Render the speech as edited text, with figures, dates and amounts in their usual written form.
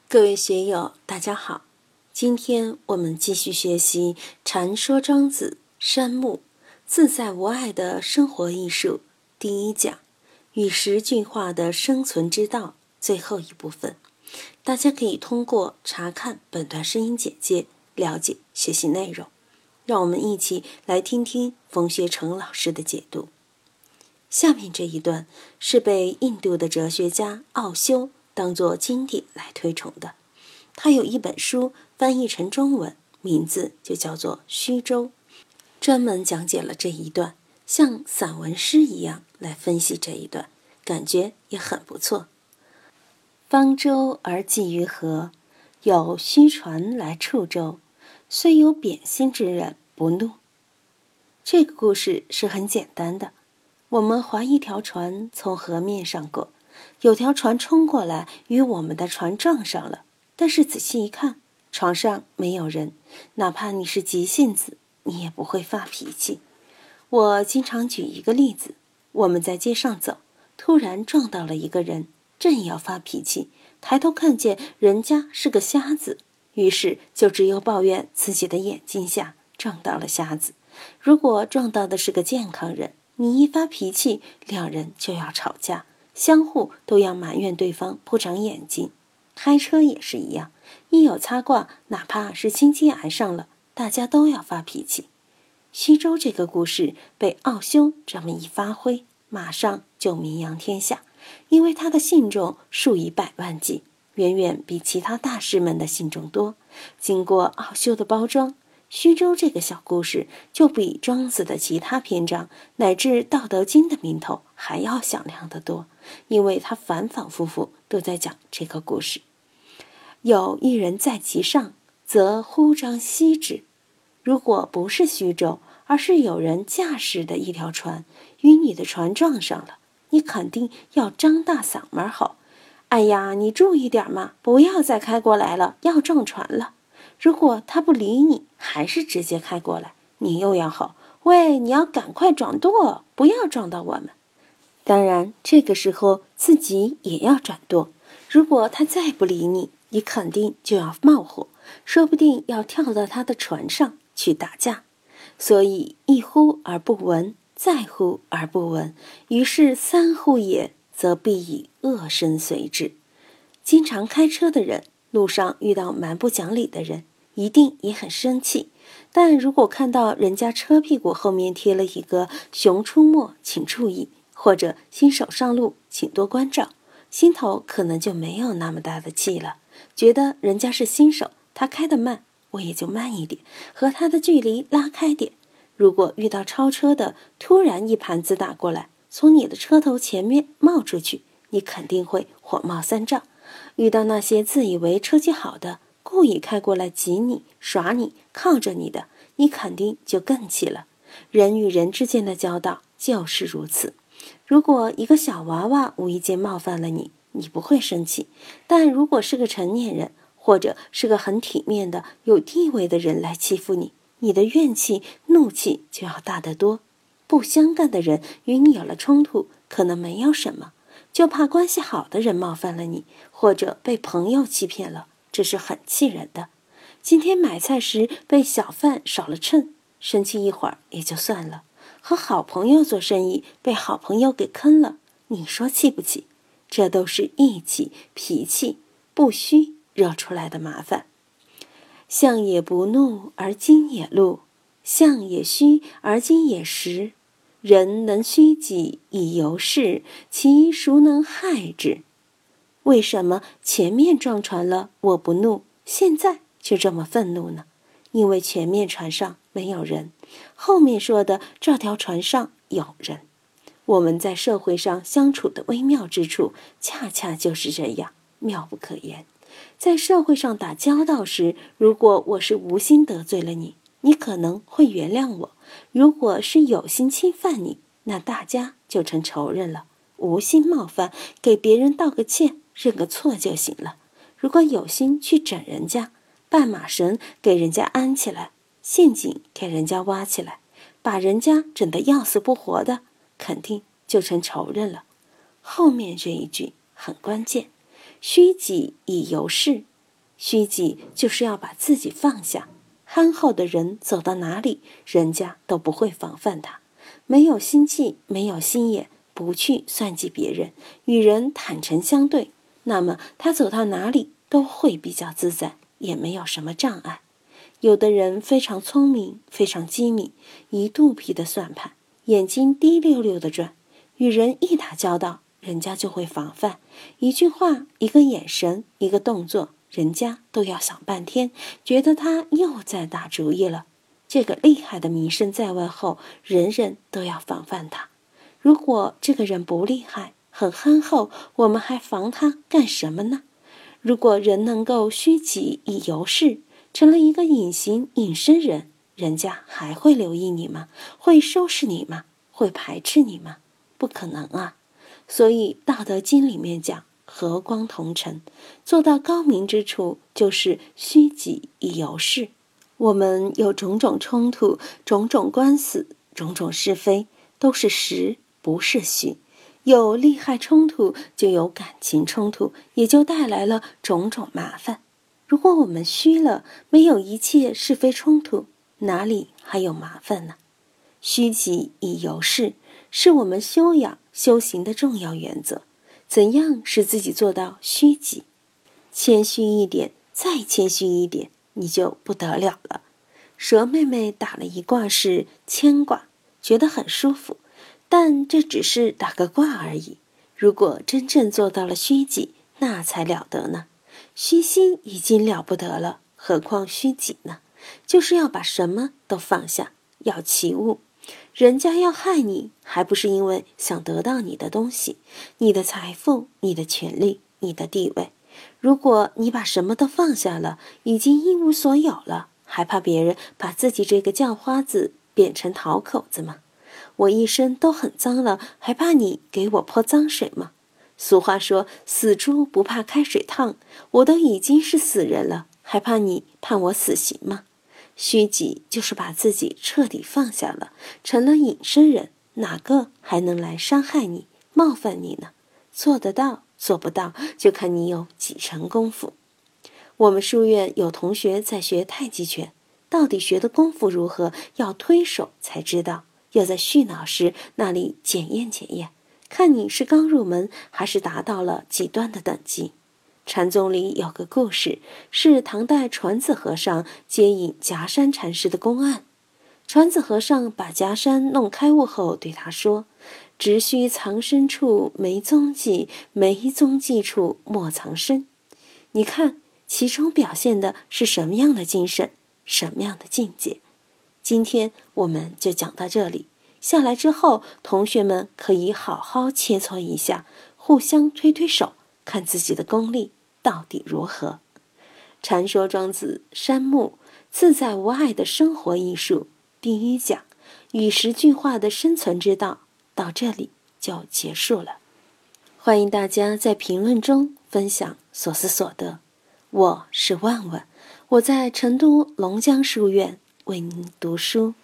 各位学友，大家好。今天我们继续学习《禅说庄子·山木自在无碍的生活艺术》第一讲与时俱化的生存之道最后一部分。大家可以通过查看本段声音简介了解学习内容。让我们一起来听听冯学成老师的解读。下面这一段是被印度的哲学家奥修当作经典来推崇的。他有一本书翻译成中文，名字就叫做《虚舟》，专门讲解了这一段，像散文诗一样来分析这一段，感觉也很不错。方舟而寄于河，有虚船来触舟，虽有扁心之人不怒。这个故事是很简单的，我们划一条船从河面上过，有条船冲过来与我们的船撞上了，但是仔细一看，船上没有人，哪怕你是急性子，你也不会发脾气。我经常举一个例子，我们在街上走，突然撞到了一个人，正要发脾气，抬头看见人家是个瞎子，于是就只有抱怨自己的眼睛瞎，撞到了瞎子。如果撞到的是个健康人，你一发脾气，两人就要吵架，相互都要埋怨对方不长眼睛。开车也是一样，一有擦挂，哪怕是亲戚挨上了，大家都要发脾气。虚舟这个故事被奥修这么一发挥，马上就名扬天下，因为他的信众数以百万计，远远比其他大师们的信众多。经过奥修的包装，虚舟这个小故事就比庄子的其他篇章乃至道德经的名头还要响亮得多，因为他反反复复都在讲这个故事。有一人在其上，则呼张息之。如果不是虚舟，而是有人驾驶的一条船与你的船撞上了，你肯定要张大嗓门吼：哎呀，你注意点嘛，不要再开过来了，要撞船了。如果他不理你，还是直接开过来，你又要吼：喂，你要赶快转舵，不要撞到我们。当然，这个时候自己也要转舵。如果他再不理你，你肯定就要冒火，说不定要跳到他的船上去打架。所以一呼而不闻，再呼而不闻，于是三呼也，则必以恶声随之。经常开车的人，路上遇到蛮不讲理的人，一定也很生气，但如果看到人家车屁股后面贴了一个熊出没请注意，或者新手上路请多关照，心头可能就没有那么大的气了，觉得人家是新手，他开得慢，我也就慢一点，和他的距离拉开点。如果遇到超车的，突然一盘子打过来，从你的车头前面冒出去，你肯定会火冒三丈。遇到那些自以为车技好的，故意开过来挤你、耍你、靠着你的，你肯定就更气了。人与人之间的交道就是如此。如果一个小娃娃无意间冒犯了你，你不会生气，但如果是个成年人，或者是个很体面的、有地位的人来欺负你，你的怨气、怒气就要大得多。不相干的人与你有了冲突，可能没有什么，就怕关系好的人冒犯了你，或者被朋友欺骗了，这是很气人的。今天买菜时被小贩少了秤，生气一会儿也就算了，和好朋友做生意被好朋友给坑了，你说气不气？这都是义气、脾气不虚惹出来的麻烦。象也不怒而今也怒，象也虚而今也实。人能虚己以游世，其孰能害之？为什么前面撞船了我不怒，现在却这么愤怒呢？因为前面船上没有人，后面说的这条船上有人。我们在社会上相处的微妙之处，恰恰就是这样，妙不可言。在社会上打交道时，如果我是无心得罪了你，你可能会原谅我；如果是有心侵犯你，那大家就成仇人了。无心冒犯，给别人道个歉，认个错就行了。如果有心去整人家，绊马绳给人家安起来，陷阱给人家挖起来，把人家整得要死不活的，肯定就成仇人了。后面这一句很关键，虚己以游世， 虚己就是要把自己放下。憨厚的人走到哪里，人家都不会防范他，没有心计，没有心眼，不去算计别人，与人坦诚相对，那么他走到哪里都会比较自在，也没有什么障碍。有的人非常聪明，非常机敏，一肚皮的算盘，眼睛滴溜溜的转，与人一打交道，人家就会防范，一句话，一个眼神，一个动作，人家都要想半天，觉得他又在打主意了。这个厉害的名声在外后，人人都要防范他。如果这个人不厉害，很憨厚，我们还防他干什么呢？如果人能够虚己以游世，成了一个隐形隐身人，人家还会留意你吗？会收拾你吗？会排斥你吗？不可能啊！所以《道德经》里面讲和光同尘，做到高明之处就是虚己以游世。我们有种种冲突，种种官司，种种是非，都是实，不是虚。有利害冲突，就有感情冲突，也就带来了种种麻烦。如果我们虚了，没有一切是非冲突，哪里还有麻烦呢？虚己以游世，是我们修养修行的重要原则。怎样使自己做到虚己？谦虚一点，再谦虚一点，你就不得了了。蛇妹妹打了一卦是谦卦，觉得很舒服，但这只是打个卦而已。如果真正做到了虚己，那才了得呢。虚心已经了不得了，何况虚己呢？就是要把什么都放下，要齐物。人家要害你，还不是因为想得到你的东西，你的财富，你的权利，你的地位。如果你把什么都放下了，已经一无所有了，还怕别人把自己这个叫花子变成讨口子吗？我一身都很脏了，还怕你给我泼脏水吗？俗话说，死猪不怕开水烫，我都已经是死人了，还怕你判我死刑吗？虚己就是把自己彻底放下了，成了隐身人，哪个还能来伤害你、冒犯你呢？做得到，做不到，就看你有几成功夫。我们书院有同学在学太极拳，到底学的功夫如何，要推手才知道，要在旭老师那里检验检验，看你是刚入门还是达到了几段的等级。禅宗里有个故事，是唐代传子和尚接引夹山禅师的公案。传子和尚把夹山弄开悟后对他说，只须藏身处没踪迹，没踪迹处莫藏身。你看其中表现的是什么样的精神，什么样的境界。今天我们就讲到这里，下来之后同学们可以好好切磋一下，互相推推手，看自己的功力到底如何。禅说庄子山木自在无碍的生活艺术第一讲与时俱化的生存之道到这里就结束了。欢迎大家在评论中分享所思所得。我是万万，我在成都龙江书院为您读书。